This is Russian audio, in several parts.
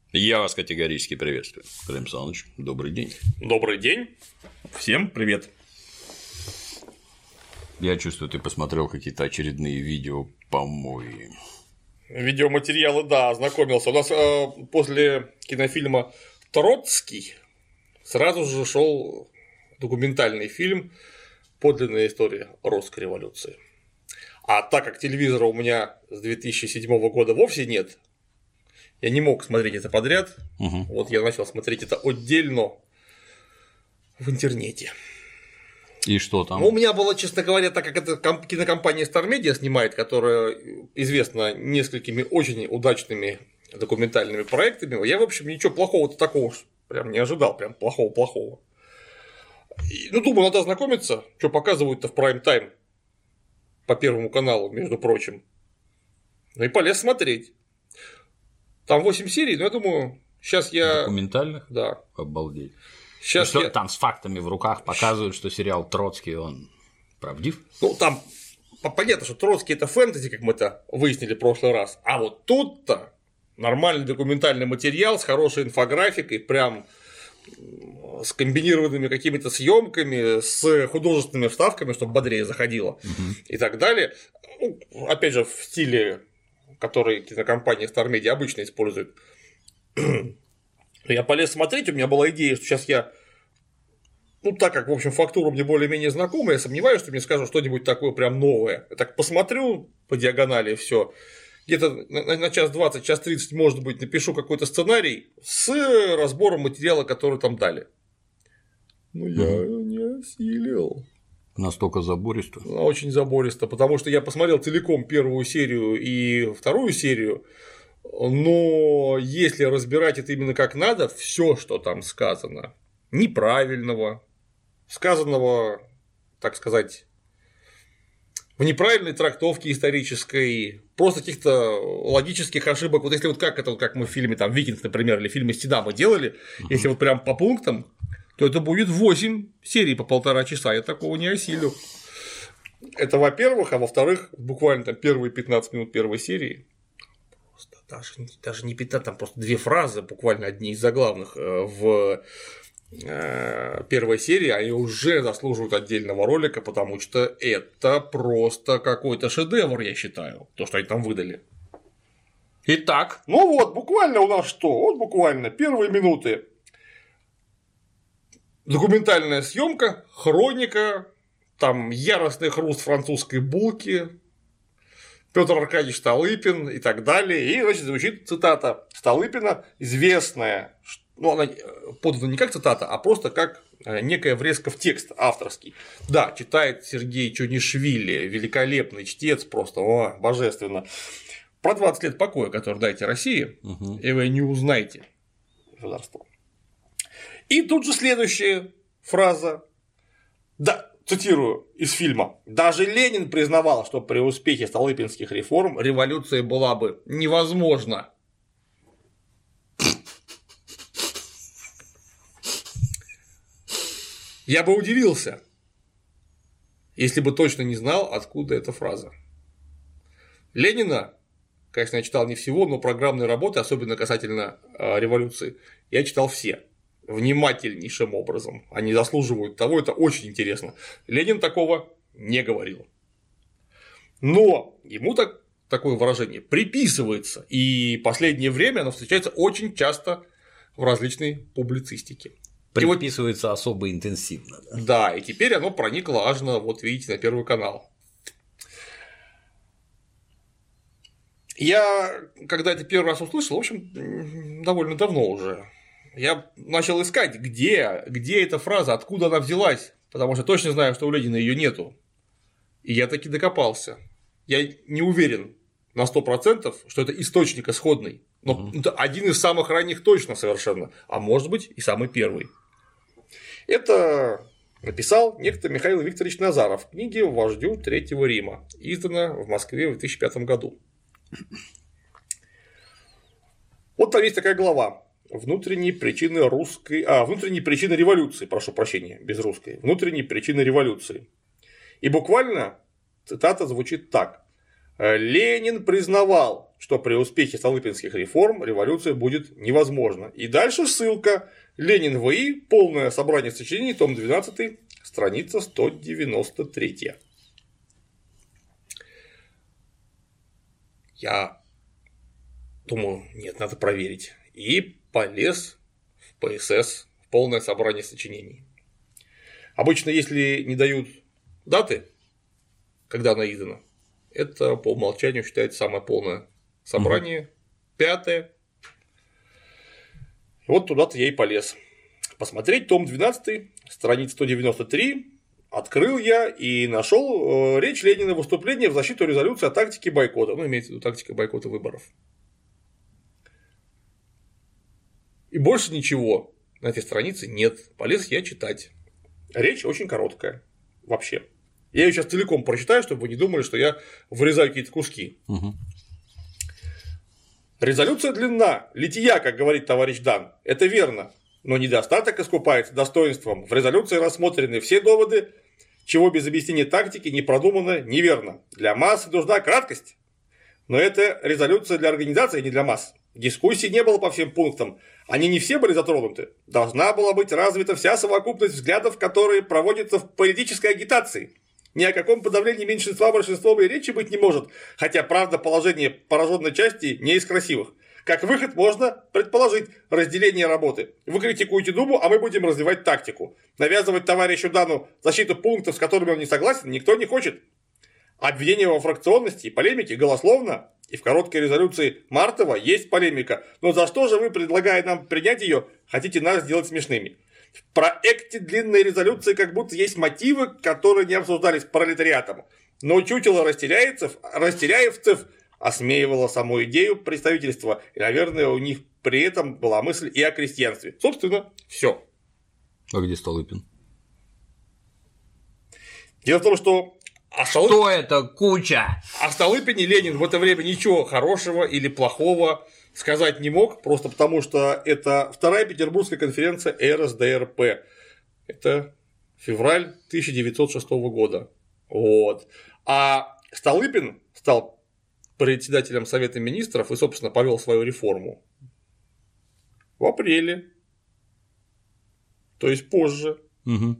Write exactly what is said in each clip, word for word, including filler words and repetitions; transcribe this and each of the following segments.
Я вас категорически приветствую. Клим Саныч, добрый день. Добрый день. Всем привет. Я чувствую, ты посмотрел какие-то очередные видео помои. Видеоматериалы, да, ознакомился. У нас э, после кинофильма «Троцкий» сразу же шел документальный фильм «Подлинная история русской революции». А так как телевизора у меня с две тысячи седьмого года вовсе нет, я не мог смотреть это подряд. Угу. Вот я начал смотреть это отдельно в интернете. И что там? Ну, у меня было, честно говоря, так как это кинокомпания Star Media снимает, которая известна несколькими очень удачными документальными проектами, я, в общем, ничего плохого-то такого прям не ожидал, прям плохого-плохого. Ну, думаю, надо ознакомиться, что показывают-то в прайм-тайм по Первому каналу, между прочим. Ну и полез смотреть. Там восемь серий, но я думаю, сейчас я… Документальных? Да. Обалдеть. Сейчас что я… там с фактами в руках показывают, что сериал «Троцкий», он правдив? Ну, там понятно, что Троцкий – это фэнтези, как мы это выяснили в прошлый раз. А вот тут-то нормальный документальный материал с хорошей инфографикой, прям с комбинированными какими-то съемками, с художественными вставками, чтобы бодрее заходило, угу. и так далее. Ну, опять же, в стиле, который кинокомпания Star Media обычно использует. Я полез смотреть, у меня была идея, что сейчас я, ну так как, в общем, фактура мне более-менее знакома, я сомневаюсь, что мне скажут что-нибудь такое прям новое. Я так посмотрю по диагонали все. Где-то на час двадцать, час тридцать, может быть, напишу какой-то сценарий с разбором материала, который там дали. Ну, я mm-hmm. не осилил. Настолько забористо? Очень забористо, потому что я посмотрел целиком первую серию и вторую серию, но если разбирать это именно как надо, все, что там сказано, неправильного, сказанного, так сказать, в неправильной трактовке исторической, просто каких-то логических ошибок. Вот если вот как это, как мы в фильме там «Викинг», например, или в фильме «Стена» мы делали, uh-huh. если вот прям по пунктам, то это будет восемь серий по полтора часа, я такого не осилю. Это во-первых, а во-вторых, буквально там первые пятнадцать минут первой серии, просто даже, даже не пятнадцать, там просто две фразы, буквально одни из заглавных в первой серии, они уже заслуживают отдельного ролика, потому что это просто какой-то шедевр, я считаю, то, что они там выдали. Итак, ну вот, буквально у нас что? Вот буквально первые минуты. Документальная съемка, хроника, там яростный хруст французской булки, Петр Аркадьевич Столыпин и так далее. И, значит, звучит цитата Столыпина, известная, ну, она подана не как цитата, а просто как некая врезка в текст авторский. Да, читает Сергей Чонишвили, великолепный чтец, просто о, божественно. Про двадцать лет покоя, который дайте России, угу. и вы не узнаете государство. И тут же следующая фраза, да, цитирую из фильма: «Даже Ленин признавал, что при успехе столыпинских реформ революция была бы невозможна». Я бы удивился, если бы точно не знал, откуда эта фраза. Ленина, конечно, я читал не всего, но программные работы, особенно касательно революции, я читал все. Внимательнейшим образом. Они заслуживают того, это очень интересно. Ленин такого не говорил. Но ему так, такое выражение приписывается, и в последнее время оно встречается очень часто в различной публицистике. Приписывается вот, особо интенсивно. Да? Да, и теперь оно проникло аж на, вот видите, на Первый канал. Я, когда это первый раз услышал, в общем, довольно давно уже, я начал искать, где, где эта фраза, откуда она взялась, потому что точно знаю, что у Ленина ее нету. И я таки докопался. Я не уверен на сто процентов, что это источник исходный, но угу. это один из самых ранних точно совершенно, а может быть и самый первый. Это написал некто Михаил Викторович Назаров в книге «Вождю Третьего Рима», издана в Москве в две тысячи пятом году. Вот там есть такая глава. Внутренние причины русской, а, внутренние причины революции, прошу прощения, без русской. Внутренние причины революции. И буквально цитата звучит так: Ленин признавал, что при успехе столыпинских реформ революция будет невозможна. И дальше ссылка. Ленин ВИ, полное собрание сочинений, том двенадцатый, страница сто девяносто три. Я думаю, нет, надо проверить. И полез в ПСС, в полное собрание сочинений. Обычно, если не дают даты, когда она издана, это по умолчанию считается самое полное собрание, угу. пятое. Вот туда-то я и полез. Посмотреть том двенадцатый, страница сто девяносто три. Открыл я и нашел э, речь Ленина, выступление в защиту резолюции о тактике бойкота. Ну, имеется в виду тактика бойкота выборов. И больше ничего на этой странице нет. Полез я читать. Речь очень короткая. Вообще. Я ее сейчас целиком прочитаю, чтобы вы не думали, что я вырезаю какие-то куски. Угу. Резолюция длинна, лития, как говорит товарищ Дан. Это верно. Но недостаток искупается достоинством. В резолюции рассмотрены все доводы, чего без объяснения тактики не продумано, неверно. Для массы нужна краткость. Но это резолюция для организации, а не для масс. Дискуссий не было по всем пунктам. Они не все были затронуты. Должна была быть развита вся совокупность взглядов, которые проводятся в политической агитации. Ни о каком подавлении меньшинства большинством и речи быть не может, хотя, правда, положение пораженной части не из красивых. Как выход можно предположить разделение работы. Вы критикуете Думу, а мы будем развивать тактику. Навязывать товарищу Дану защиту пунктов, с которыми он не согласен, никто не хочет. Обвинение во фракционности и полемике голословно, и в короткой резолюции Мартова есть полемика. Но за что же вы, предлагая нам принять ее, хотите нас сделать смешными? В проекте длинной резолюции как будто есть мотивы, которые не обсуждались пролетариатом. Но чучело растеряевцев, растеряевцев осмеивало саму идею представительства. И, наверное, у них при этом была мысль и о крестьянстве. Собственно, все. А где Столыпин? Дело в том, что о Столып... Что это куча? О Столыпине Ленин в это время ничего хорошего или плохого сказать не мог, просто потому что это вторая Петербургская конференция эр эс дэ эр пэ. Это февраль тысяча девятьсот шестого года. Вот. А Столыпин стал председателем Совета министров и, собственно, повел свою реформу в апреле. То есть позже. Угу.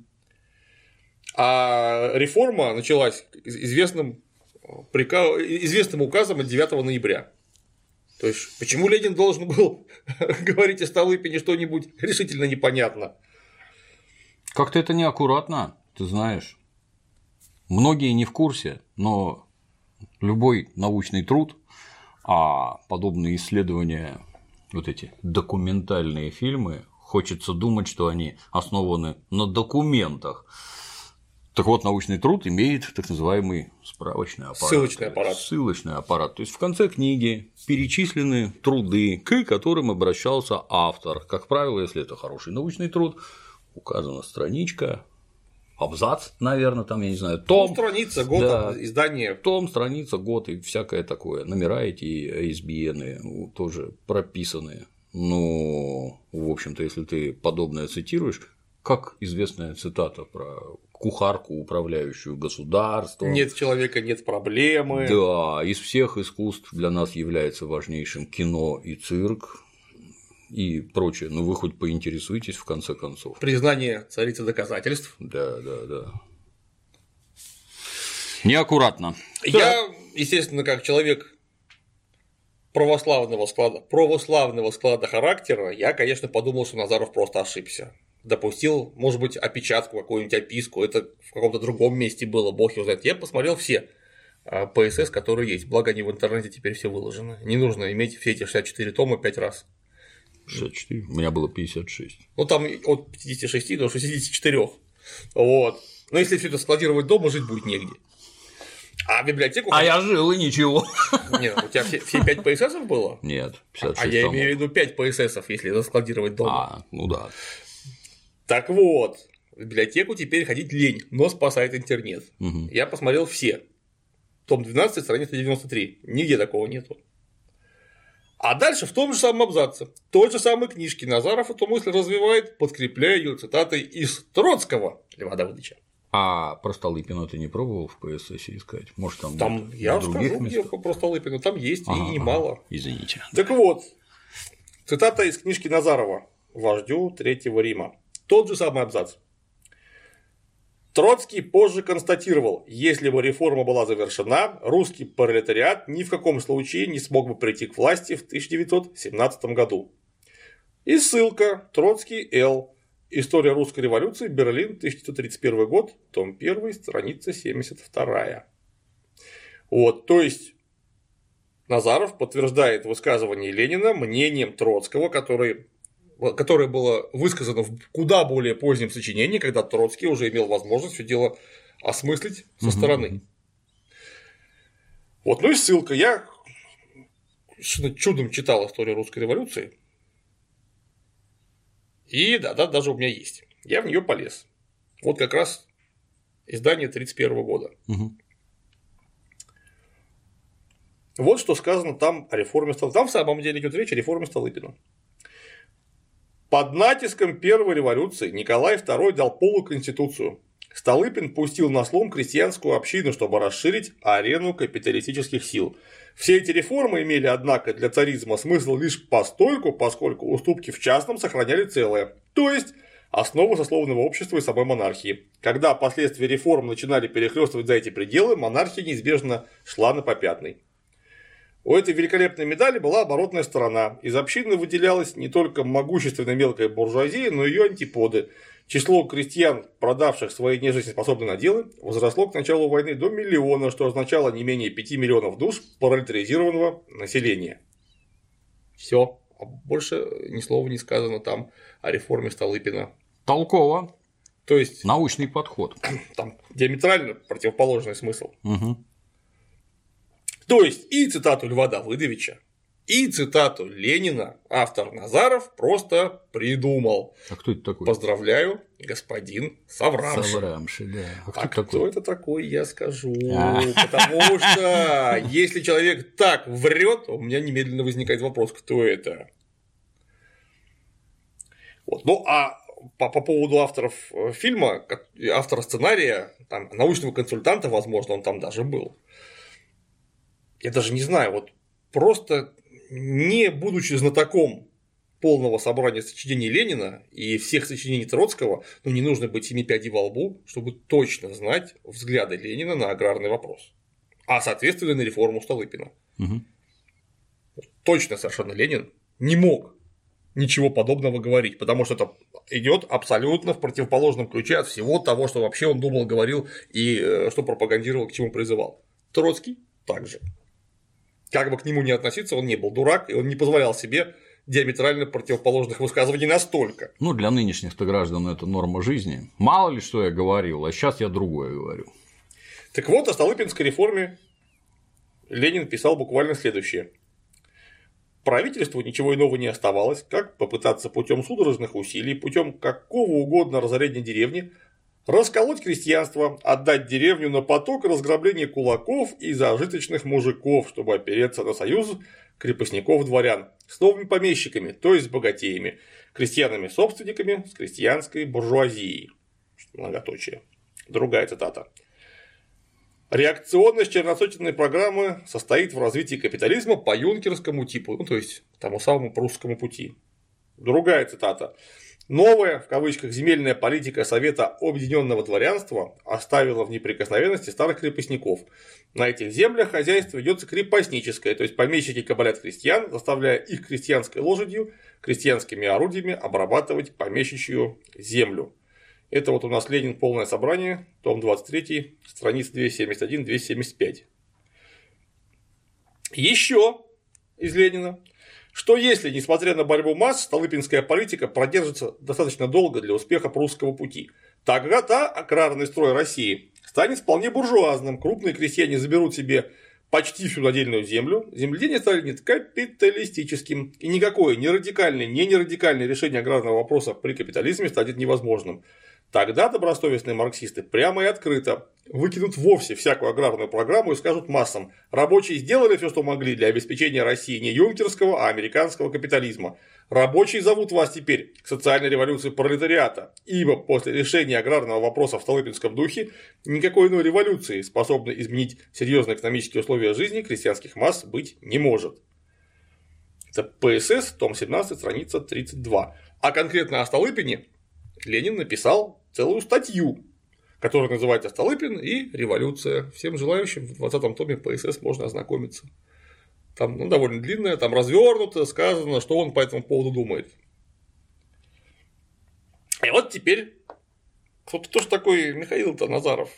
А реформа началась известным, приказ... известным указом от девятого ноября. То есть, почему Ленин должен был говорить о Столыпине что-нибудь, решительно непонятно. Как-то это неаккуратно, ты знаешь. Многие не в курсе, но любой научный труд, а подобные исследования, вот эти документальные фильмы, хочется думать, что они основаны на документах. Так вот, научный труд имеет так называемый справочный аппарат. Ссылочный аппарат. Ссылочный аппарат. То есть в конце книги перечислены труды, к которым обращался автор. Как правило, если это хороший научный труд, указана страничка, абзац, наверное, там, я не знаю, том. Ну, страница, год, да, издание. Том, страница, год и всякое такое. Номера эти ай эс би эн тоже прописаны. Но, в общем-то, если ты подобное цитируешь, как известная цитата про кухарку, управляющую государством. Нет человека, нет проблемы. Да, из всех искусств для нас является важнейшим кино и цирк и прочее. Но вы хоть поинтересуйтесь в конце концов. Признание царицы доказательств. Да, да, да. Неаккуратно. Я, да. естественно, как человек православного склада, православного склада характера, я, конечно, подумал, что Назаров просто ошибся. Допустил, может быть, опечатку, какую-нибудь описку, это в каком-то другом месте было, бог его знает. Я посмотрел все ПСС, которые есть, благо они в интернете теперь все выложены. Не нужно иметь все эти шестьдесят четыре тома пять раз. шестьдесят четыре? У меня было пятьдесят шесть. Ну, там от пятидесяти шести до шестидесяти четырёх. Вот. Но если все это складировать дома, жить будет негде. А библиотеку… А я жил и ничего. Нет, у тебя все, все пять ПССов было? Нет, пятьдесят шесть. А я томов. имею в виду пять ПССов, если это складировать дома. А, ну да. Так вот, в библиотеку теперь ходить лень, но спасает интернет. Угу. Я посмотрел все. Том двенадцать, страница девяносто три. Нигде такого нету. А дальше в том же самом абзаце, той же самой книжки Назаров эту мысль развивает, подкрепляя ее цитатой из Троцкого Льва Давыдовича. А про Столыпина ты не пробовал в пэ эс эс искать? Может, там, там я расскажу, где про Столыпина, там есть, ага, и немало. Ага. Извините. Так вот, цитата из книжки Назарова «Вождю Третьего Рима». Тот же самый абзац. Троцкий позже констатировал, если бы реформа была завершена, русский пролетариат ни в каком случае не смог бы прийти к власти в тысяча девятьсот семнадцатом году. И ссылка Троцкий Л. История русской революции. Берлин, тысяча девятьсот тридцать первый год. Том один, страница семьдесят два. Вот, то есть Назаров подтверждает высказывание Ленина мнением Троцкого, который, которое было высказано в куда более позднем сочинении, когда Троцкий уже имел возможность все дело осмыслить со стороны. Вот, ну и ссылка. Я чудом читал историю русской революции. И да, да, даже у меня есть. Я в нее полез. Вот как раз издание тридцать первого года. Угу. Вот что сказано там о реформе Столыпина. Там в самом деле идет речь о реформе Столыпина. Под натиском первой революции Николай второй дал полуконституцию. Столыпин пустил на слом крестьянскую общину, чтобы расширить арену капиталистических сил. Все эти реформы имели, однако, для царизма смысл лишь постольку, поскольку уступки в частном сохраняли целое, то есть основу сословного общества и самой монархии. Когда последствия реформ начинали перехлёстывать за эти пределы, монархия неизбежно шла на попятный. У этой великолепной медали была оборотная сторона. Из общины выделялась не только могущественная мелкая буржуазия, но и ее антиподы. Число крестьян, продавших свои нежизнеспособные наделы, возросло к началу войны до миллиона, что означало не менее пяти миллионов душ пролетаризированного населения. Все. Больше ни слова не сказано там о реформе Столыпина. Толково. То есть научный подход. Там диаметрально противоположный смысл. Угу. То есть и цитату Льва Давыдовича, и цитату Ленина автор Назаров просто придумал. А кто это такой? Поздравляю, господин Саврамши. Саврамши, да. А кто, а кто такой? Это такой, я скажу. Потому что если человек так врет, у меня немедленно возникает вопрос, кто это. Вот. Ну а по, по поводу авторов фильма, автора сценария, там, научного консультанта, возможно, он там даже был. Я даже не знаю, вот просто не будучи знатоком полного собрания сочинений Ленина и всех сочинений Троцкого, ну не нужно быть семи пядей во лбу, чтобы точно знать взгляды Ленина на аграрный вопрос, а соответственно на реформу Столыпина. Угу. Точно совершенно Ленин не мог ничего подобного говорить, потому что это идет абсолютно в противоположном ключе от всего того, что вообще он думал, говорил и что пропагандировал, к чему призывал. Троцкий также. Как бы к нему ни относиться, он не был дурак, и он не позволял себе диаметрально противоположных высказываний настолько. Ну, для нынешних-то граждан это норма жизни. Мало ли, что я говорил, а сейчас я другое говорю. Так вот, о Столыпинской реформе Ленин писал буквально следующее. Правительству ничего иного не оставалось, как попытаться путем судорожных усилий, путем какого угодно разорения деревни, расколоть крестьянство, отдать деревню на поток разграбления кулаков и зажиточных мужиков, чтобы опереться на союз крепостников-дворян с новыми помещиками, то есть с богатеями, крестьянами-собственниками, с крестьянской буржуазией. Многоточие. Другая цитата. Реакционность черносотенной программы состоит в развитии капитализма по юнкерскому типу, ну то есть тому самому прусскому пути. Другая цитата. Новая, в кавычках, земельная политика Совета Объединенного Дворянства оставила в неприкосновенности старых крепостников. На этих землях хозяйство ведется крепостническое, то есть помещики кабалят крестьян, заставляя их крестьянской лошадью, крестьянскими орудиями обрабатывать помещичью землю. Это вот у нас Ленин, полное собрание, том двадцать три, страницы двести семьдесят один - двести семьдесят пять. Еще из Ленина. Что если, несмотря на борьбу масс, столыпинская политика продержится достаточно долго для успеха прусского пути, тогда-то аграрный строй России станет вполне буржуазным, крупные крестьяне заберут себе почти всю надельную землю, земледелие станет капиталистическим, и никакое ни радикальное, ни нерадикальное решение аграрного вопроса при капитализме станет невозможным. Тогда добросовестные марксисты прямо и открыто выкинут вовсе всякую аграрную программу и скажут массам: рабочие сделали все, что могли для обеспечения России не юнкерского, а американского капитализма. Рабочие зовут вас теперь к социальной революции пролетариата, ибо после решения аграрного вопроса в столыпинском духе никакой иной революции, способной изменить серьезные экономические условия жизни крестьянских масс, быть не может. Это ПСС, том семнадцать, страница тридцать два. А конкретно о Столыпине Ленин написал целую статью, которая называется «Столыпин и революция». Всем желающим в двадцатом томе ПСС можно ознакомиться. Там ну, довольно длинная, там развернуто, сказано, что он по этому поводу думает. И вот теперь, кто же такой Михаил-то Назаров?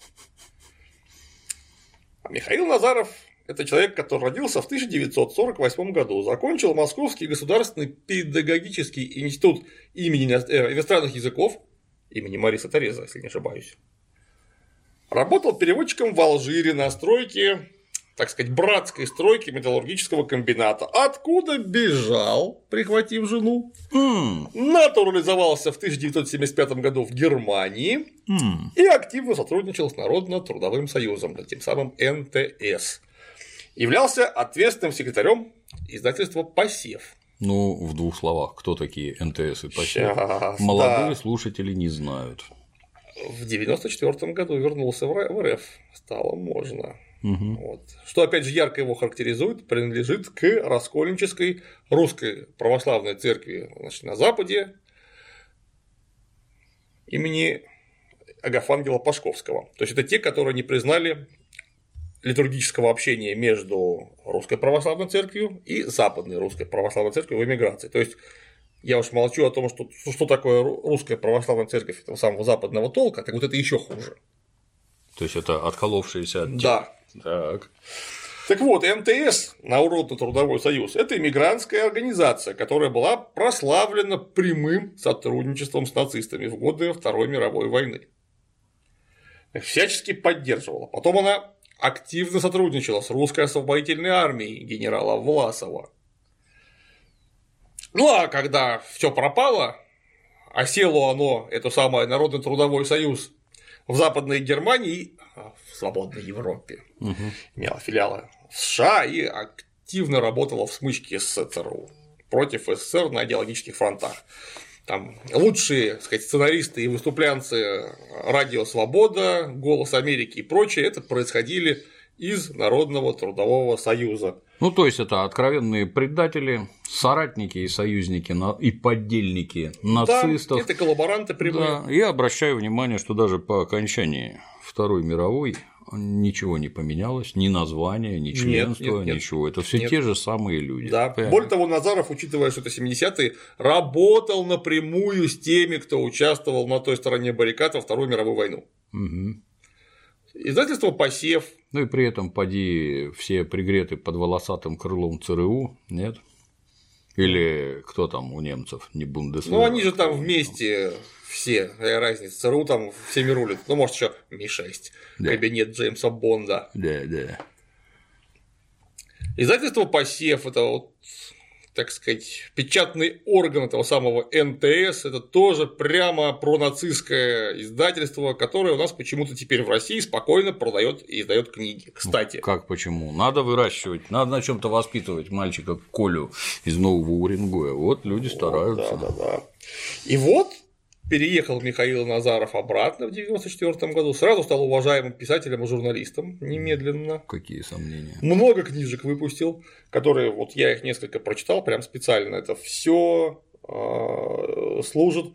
А Михаил Назаров – это человек, который родился в тысяча девятьсот сорок восьмом году, закончил Московский государственный педагогический институт имени иностранных языков, имени Мариса Тереза, если не ошибаюсь. Работал переводчиком в Алжире на стройке, так сказать, братской стройке металлургического комбината, откуда бежал, прихватив жену, mm. натурализовался в тысяча девятьсот семьдесят пятом году в Германии mm. и активно сотрудничал с Народно-трудовым союзом, тем самым эн тэ эс. Являлся ответственным секретарем издательства «Посев». Ну, в двух словах, кто такие эн тэ эс и «Посев»? Сейчас, молодые да. слушатели не знают. В девяносто четвёртом году вернулся в эр эф, стало можно. Угу. Вот. Что, опять же, ярко его характеризует, принадлежит к раскольнической русской православной церкви, значит, на Западе имени Агафангела Пашковского. То есть это те, которые не признали литургического общения между русской православной церковью и западной русской православной церковью в эмиграции. То есть я уж молчу о том, что, что такое русская православная церковь этого самого западного толка, так вот это еще хуже. То есть это отколовшиеся от... Да. Так. Так вот, эн тэ эс, Народно-трудовой союз, это иммигрантская организация, которая была прославлена прямым сотрудничеством с нацистами в годы Второй мировой войны. Всячески поддерживала. Потом она активно сотрудничала с русской освободительной армией генерала Власова. Ну а когда все пропало, осело оно, это самое Народно-трудовой союз, в Западной Германии, в свободной Европе, угу. имела филиалы в США и активно работала в смычке с эс эс эс эр против эс эс эс эр на идеологических фронтах. Там лучшие, так сказать, сценаристы и выступлянцы «Радио Свобода», «Голос Америки» и прочее, это происходили из Народного трудового союза. Ну, то есть это откровенные предатели, соратники и союзники и поддельники нацистов. Да, это коллаборанты прямые. Да, я обращаю внимание, что даже по окончании Второй мировой ничего не поменялось, ни название, ни членство, нет, нет, нет. ничего. Это все те же самые люди. Да. Более того, Назаров, учитывая, что это семидесятые, работал напрямую с теми, кто участвовал на той стороне баррикад во Вторую мировую войну. Угу. Издательство «Посев». Ну и при этом поди все пригреты под волосатым крылом цэ эр у, нет? Или кто там у немцев, не Бундесвер? Ну они же там вместе все, какая разница, цэ эр у там всеми рулит. Ну, может, еще Ми шесть, да. Кабинет Джеймса Бонда. Да, да. Издательство «Посев» – это вот, так сказать, печатный орган этого самого эн тэ эс, это тоже прямо пронацистское издательство, которое у нас почему-то теперь в России спокойно продает и издает книги. Кстати. Ну, как почему? Надо выращивать, надо на чем-то воспитывать мальчика Колю из Нового Уренгоя. Вот люди вот, стараются. Да, да, да. И вот переехал Михаил Назаров обратно в девяносто четвёртом году, сразу стал уважаемым писателем и журналистом немедленно. Какие сомнения? Много книжек выпустил, которые, вот я их несколько прочитал прям специально, это все э, служит,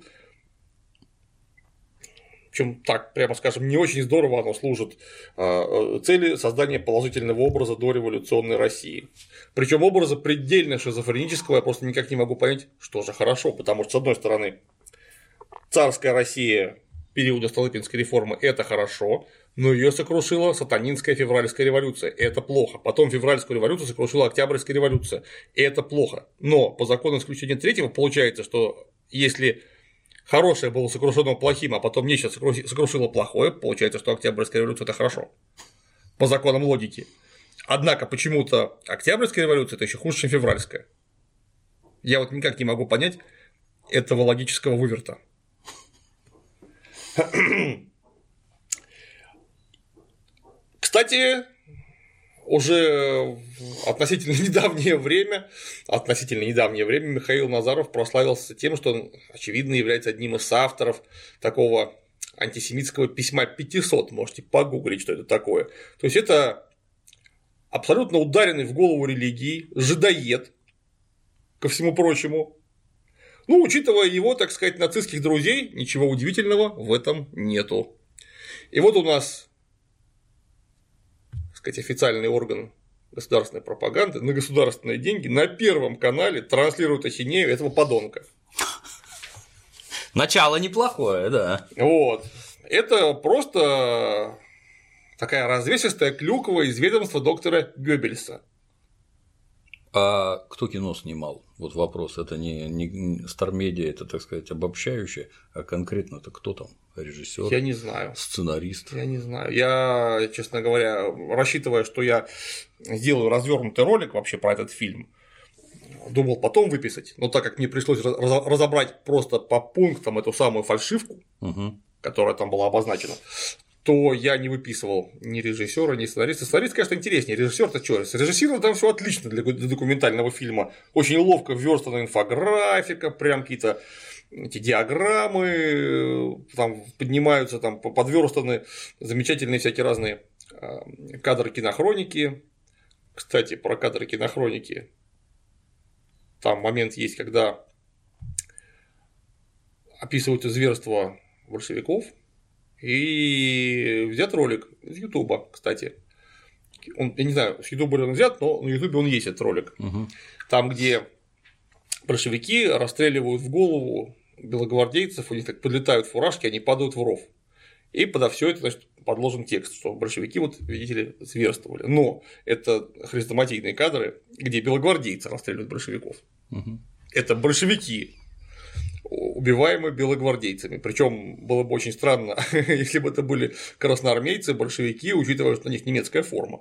причем так, прямо скажем, не очень здорово оно служит э, цели создания положительного образа дореволюционной России. Причем образа предельно шизофренического, я просто никак не могу понять, что же хорошо, потому что, с одной стороны, царская Россия периода Столыпинской реформы – это хорошо, но ее сокрушила сатанинская февральская революция – это плохо. Потом февральскую революцию сокрушила Октябрьская революция – это плохо. Но по закону исключения третьего получается, что если хорошее было сокрушено плохим, а потом нечто сокрушило плохое, получается, что Октябрьская революция – это хорошо. По законам логики. Однако почему-то Октябрьская революция – это еще хуже, чем февральская. Я вот никак не могу понять этого логического выверта. Кстати, уже в относительно недавнее время, относительно недавнее время Михаил Назаров прославился тем, что он, очевидно, является одним из соавторов такого антисемитского письма пятисот. Можете погуглить, что это такое. То есть это абсолютно ударенный в голову религии жидоед, ко всему прочему. Ну, учитывая его, так сказать, нацистских друзей, ничего удивительного в этом нету. И вот у нас, так сказать, официальный орган государственной пропаганды на государственные деньги на Первом канале транслирует ахинею этого подонка. Начало неплохое, да. Вот. Это просто такая развесистая клюква из ведомства доктора Гёббельса. А кто кино снимал? Вот вопрос. Это не, не Стармедиа, это, так сказать, обобщающее, а конкретно-то кто там? Режиссер? Я не знаю. Сценарист? Я не знаю. Я, честно говоря, рассчитывая, что я сделаю развернутый ролик вообще про этот фильм, думал потом выписать, но так как мне пришлось разобрать просто по пунктам эту самую фальшивку, угу. которая там была обозначена, то я не выписывал ни режиссера, ни сценариста. Сценарист, конечно, интереснее. Режиссер-то что? Срежиссировано там все отлично для документального фильма. Очень ловко вверстана инфографика, прям какие-то эти диаграммы там поднимаются, там подверстаны замечательные всякие разные кадры кинохроники. Кстати, про кадры кинохроники. Там момент есть, когда описывают зверство большевиков. И взят ролик из Ютуба, кстати. Он, я не знаю, с Ютуба ли он взят, но на Ютубе он есть, этот ролик. Угу. Там, где большевики расстреливают в голову белогвардейцев, у них так подлетают фуражки, они падают в ров. И подо все это, значит, подложен текст, что большевики, вот, видите ли, зверствовали. Но это хрестоматийные кадры, где белогвардейцы расстреливают большевиков. Угу. Это большевики, убиваемые белогвардейцами. Причем было бы очень странно, если бы это были красноармейцы, большевики, учитывая, что у них немецкая форма.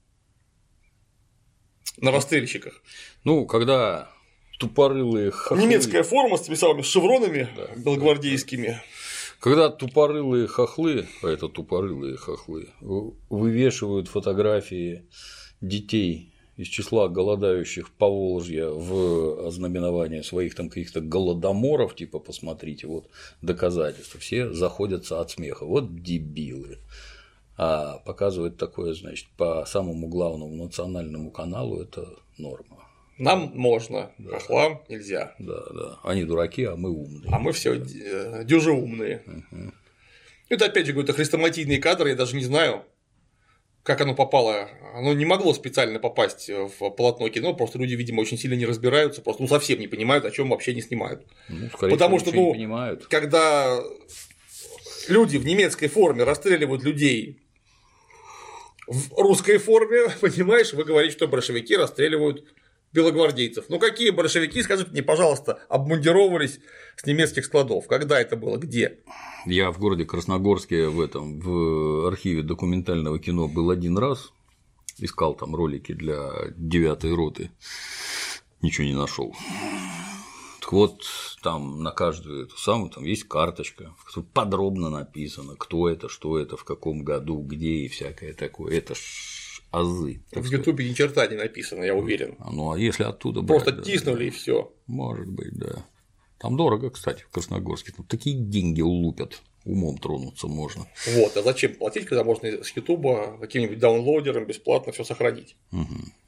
На расстрельщиках. Ну, когда тупорылые хохлы... Немецкая форма с теми самыми шевронами, да, белогвардейскими. Да, да. Когда тупорылые хохлы, а это тупорылые хохлы, вывешивают фотографии детей из числа голодающих Поволжья в ознаменование своих там каких-то голодоморов, типа посмотрите, вот доказательства, все заходятся от смеха, вот дебилы. А показывать такое, значит, по самому главному национальному каналу это норма. Нам можно, да. Хохлам нельзя. Да, да. Они дураки, а мы умные. А мы все да. дюже умные. Угу. Это опять же какой-то хрестоматийный кадр, я даже не знаю, как оно попало. Оно не могло специально попасть в полотно кино, просто люди, видимо, очень сильно не разбираются, просто ну, совсем не понимают, о чем вообще не снимают. Ну, скорее Потому всего, что, ну, не понимают. Когда люди в немецкой форме расстреливают людей в русской форме, понимаешь, вы говорите, что большевики расстреливают белогвардейцев. Ну какие большевики, скажите мне, пожалуйста, обмундировались с немецких складов? Когда это было? Где? Я в городе Красногорске в этом в архиве документального кино был один раз, искал там ролики для девятой роты, ничего не нашел. Вот там на каждую эту самую там есть карточка, подробно написано, кто это, что это, в каком году, где и всякое такое. Это ж азы. В Ютубе ни черта не написано, я уверен. Ну а если оттуда просто брать, тиснули да, и все. Может быть, да. Там дорого, кстати, в Красногорске. Там такие деньги улупят, умом тронуться можно. Вот, а зачем платить, когда можно с Ютуба каким-нибудь даунлодером бесплатно все сохранить? Угу.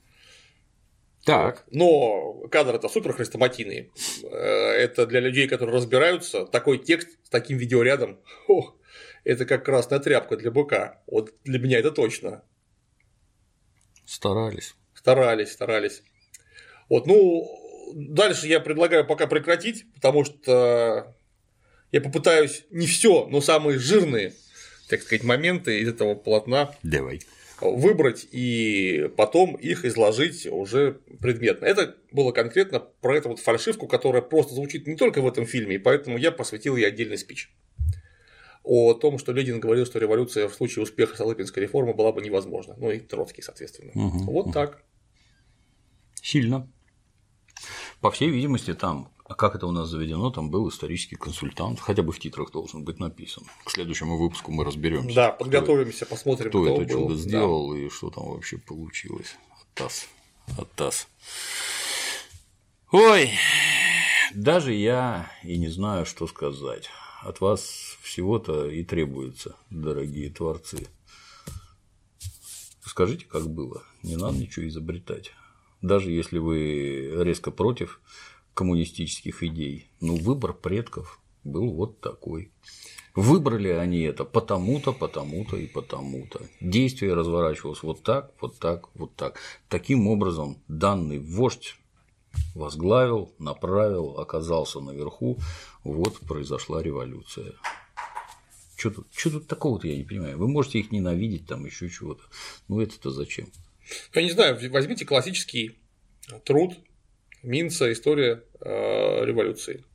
Так. Но кадры-то супер хрестоматийные. Это для людей, которые разбираются, такой текст с таким видеорядом, ох, это как красная тряпка для быка. Вот для меня это точно. Старались. Старались, старались. Вот, ну, дальше я предлагаю пока прекратить, потому что я попытаюсь не все, но самые жирные, так сказать, моменты из этого полотна Давай. выбрать и потом их изложить уже предметно. Это было конкретно про эту вот фальшивку, которая просто звучит не только в этом фильме, и поэтому я посвятил ей отдельный спич. О том, что Ленин говорил, что революция в случае успеха Столыпинской реформы была бы невозможна. Ну и Троцкий, соответственно. Угу, вот угу. так. Сильно. По всей видимости, там А как это у нас заведено? Там был исторический консультант, хотя бы в титрах должен быть написан. К следующему выпуску мы разберемся. Да, подготовимся, кто, посмотрим, кто, кто это был. чудо сделал, да. И что там вообще получилось. Оттас. Оттас. Ой, даже я и не знаю, что сказать. От вас всего-то и требуется, дорогие творцы. Скажите, как было. Не надо ничего изобретать. Даже если вы резко против коммунистических идей, ну, выбор предков был вот такой. Выбрали они это потому-то, потому-то и потому-то. Действие разворачивалось вот так, вот так, вот так. Таким образом, данный вождь возглавил, направил, оказался наверху, вот произошла революция. Что тут, что тут такого-то, я не понимаю. Вы можете их ненавидеть, там еще чего-то. Ну, это-то зачем? Я не знаю, возьмите классический труд Минца «История э, революции».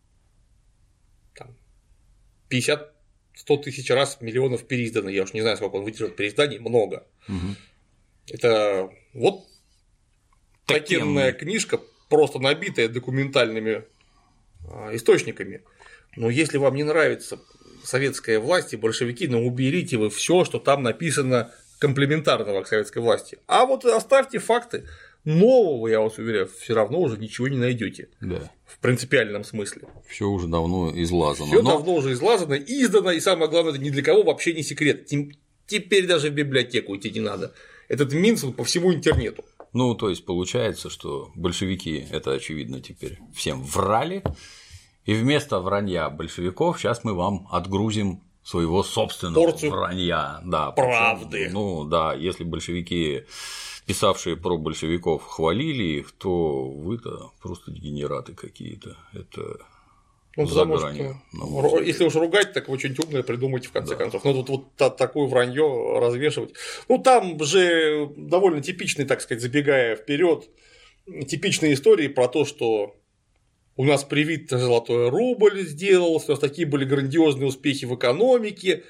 Там пятьдесят-сто тысяч раз, миллионов переиздано. Я уж не знаю, сколько он выдержит переизданий, много. Угу. Это вот такенная книжка, просто набитая документальными э, источниками. Но если вам не нравится советская власть и большевики, ну уберите вы все, что там написано комплементарного к советской власти. А вот оставьте факты. Нового, я вас уверяю, все равно уже ничего не найдете. Да. В принципиальном смысле. Все уже давно излазано. Все но... давно уже излазано, издано, и самое главное, это ни для кого вообще не секрет. Теперь даже в библиотеку идти не надо. Этот Минц по всему интернету. Ну, то есть получается, что большевики это очевидно теперь всем врали, и вместо вранья большевиков сейчас мы вам отгрузим своего собственного порцию вранья. Да, правды. Причем, ну да, если большевики, писавшие про большевиков, хвалили их, то вы-то просто дегенераты какие-то. Это ну, за гранью. Если уж ругать, так вы что-нибудь умное придумайте в конце да. концов. Ну вот, вот такое вранье развешивать. Ну там же довольно типичный, так сказать, забегая вперед, типичные истории про то, что у нас привит золотой рубль сделался, у нас такие были грандиозные успехи в экономике.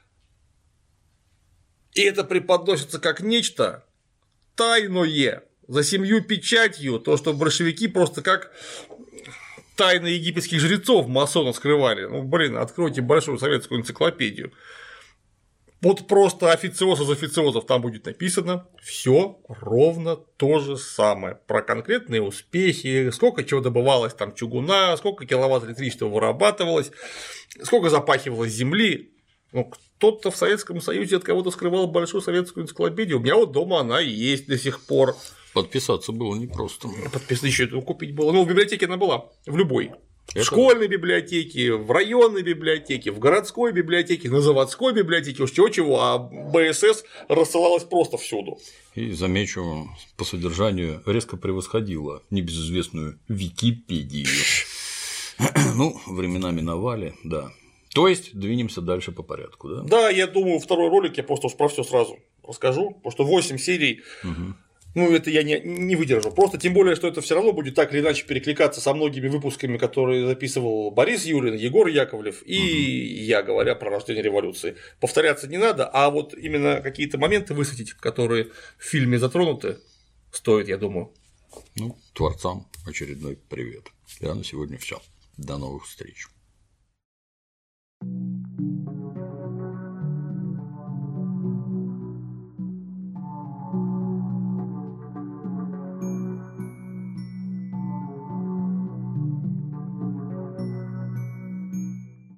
И это преподносится как нечто тайное, за семью печатью, то, что большевики просто как тайны египетских жрецов масонов скрывали. Ну, блин, откройте большую советскую энциклопедию. Вот просто официоз из официозов там будет написано все ровно то же самое. Про конкретные успехи, сколько чего добывалось там чугуна, сколько киловатт электричества вырабатывалось, сколько запахивалось земли. Ну, кто-то в Советском Союзе от кого-то скрывал большую советскую энциклопедию. У меня вот дома она и есть до сих пор. Подписаться было непросто. Подписаться еще купить было. Ну, в библиотеке она была. В любой. Это... В школьной библиотеке, в районной библиотеке, в городской библиотеке, на заводской библиотеке, уж чего-чего, а БСС рассылалась просто всюду. И, замечу, по содержанию резко превосходила небезызвестную Википедию. Ну, времена миновали, да. То есть двинемся дальше по порядку, да? Да, я думаю, второй ролик я просто уж про все сразу расскажу, потому что восемь серий. Угу. Ну, это я не, не выдержу. Просто тем более, что это все равно будет так или иначе перекликаться со многими выпусками, которые записывал Борис Юрин, Егор Яковлев и угу. я, говоря про рождение революции. Повторяться не надо, а вот именно какие-то моменты высветить, которые в фильме затронуты, стоит, я думаю. Ну, творцам очередной привет. Я на сегодня все. До новых встреч.